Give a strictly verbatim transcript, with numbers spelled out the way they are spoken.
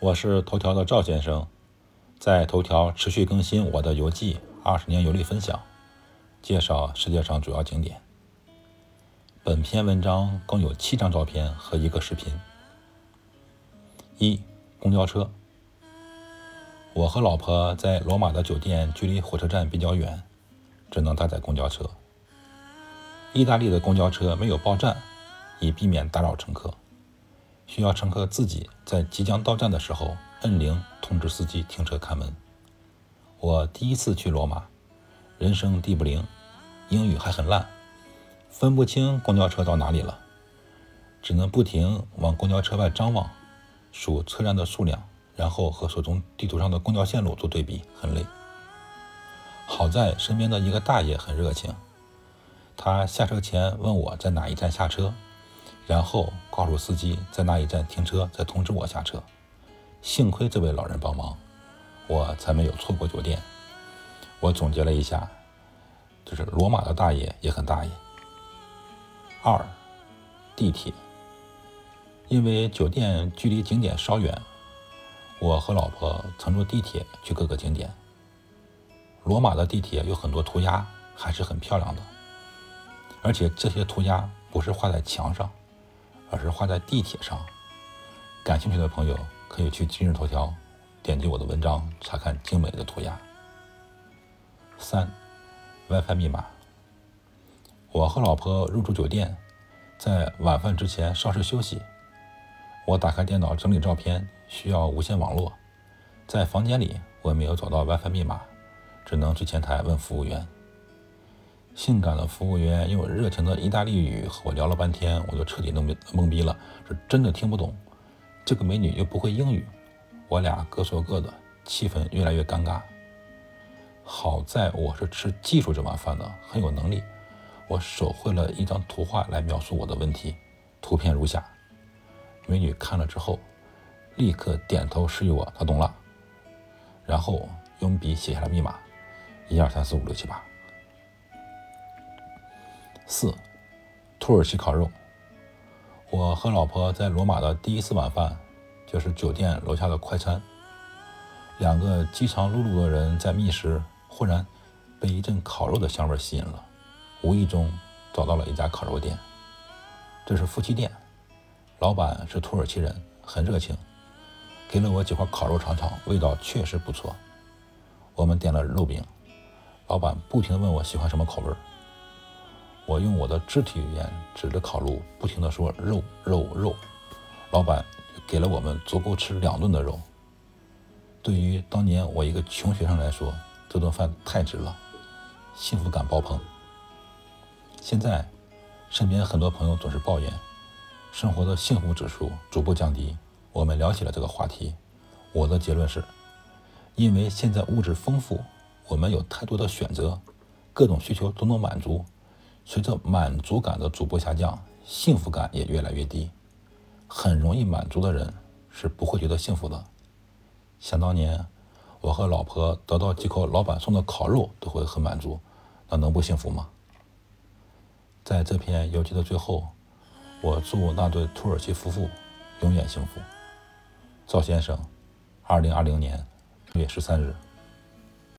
我是头条的赵先生，在头条持续更新我的游记二十年游历分享，介绍世界上主要景点。本篇文章共有七张照片和一个视频。一、公交车。我和老婆在罗马的酒店距离火车站比较远，只能搭载公交车。意大利的公交车没有报站，以避免打扰乘客，需要乘客自己在即将到站的时候摁铃通知司机停车看门。我第一次去罗马，人生地不灵，英语还很烂，分不清公交车到哪里了，只能不停往公交车外张望，数车站的数量，然后和手中地图上的公交线路做对比，很累。好在身边的一个大爷很热情，他下车前问我在哪一站下车，然后告诉司机在哪一站停车，再通知我下车。幸亏这位老人帮忙，我才没有错过酒店。我总结了一下，就是罗马的大爷也很大爷。二、地铁。因为酒店距离景点稍远，我和老婆乘坐地铁去各个景点。罗马的地铁有很多涂鸦，还是很漂亮的，而且这些涂鸦不是画在墙上，而是画在地铁上。感兴趣的朋友可以去今日头条点击我的文章查看精美的涂鸦。三、WiFi 密码。我和老婆入住酒店，在晚饭之前稍事休息。我打开电脑整理照片，需要无线网络。在房间里我没有找到 WiFi 密码，只能去前台问服务员。性感的服务员用热情的意大利语和我聊了半天，我就彻底弄懵逼了，是真的听不懂。这个美女又不会英语，我俩各说各的，气氛越来越尴尬。好在我是吃技术这碗饭的，很有能力，我手绘了一张图画来描述我的问题，图片如下。美女看了之后立刻点头示意我她懂了，然后用笔写下了密码一二三四五六七八。四、土耳其烤肉。我和老婆在罗马的第一次晚饭就是酒店楼下的快餐。两个饥肠辘辘的人在觅食，忽然被一阵烤肉的香味吸引了，无意中找到了一家烤肉店。这是夫妻店，老板是土耳其人，很热情，给了我几块烤肉尝尝，味道确实不错。我们点了肉饼，老板不停地问我喜欢什么口味。我用我的肢体语言指着烤肉，不停地说肉肉肉，老板给了我们足够吃两顿的肉。对于当年我一个穷学生来说，这顿饭太值了，幸福感爆棚。现在身边很多朋友总是抱怨生活的幸福指数逐步降低，我们聊起了这个话题。我的结论是，因为现在物质丰富，我们有太多的选择，各种需求都能满足，随着满足感的逐步下降，幸福感也越来越低。很容易满足的人是不会觉得幸福的。想当年我和老婆得到几口老板送的烤肉都会很满足，那能不幸福吗？在这篇游记的最后，我祝那对土耳其夫妇永远幸福。赵先生，二零二零年六月十三日。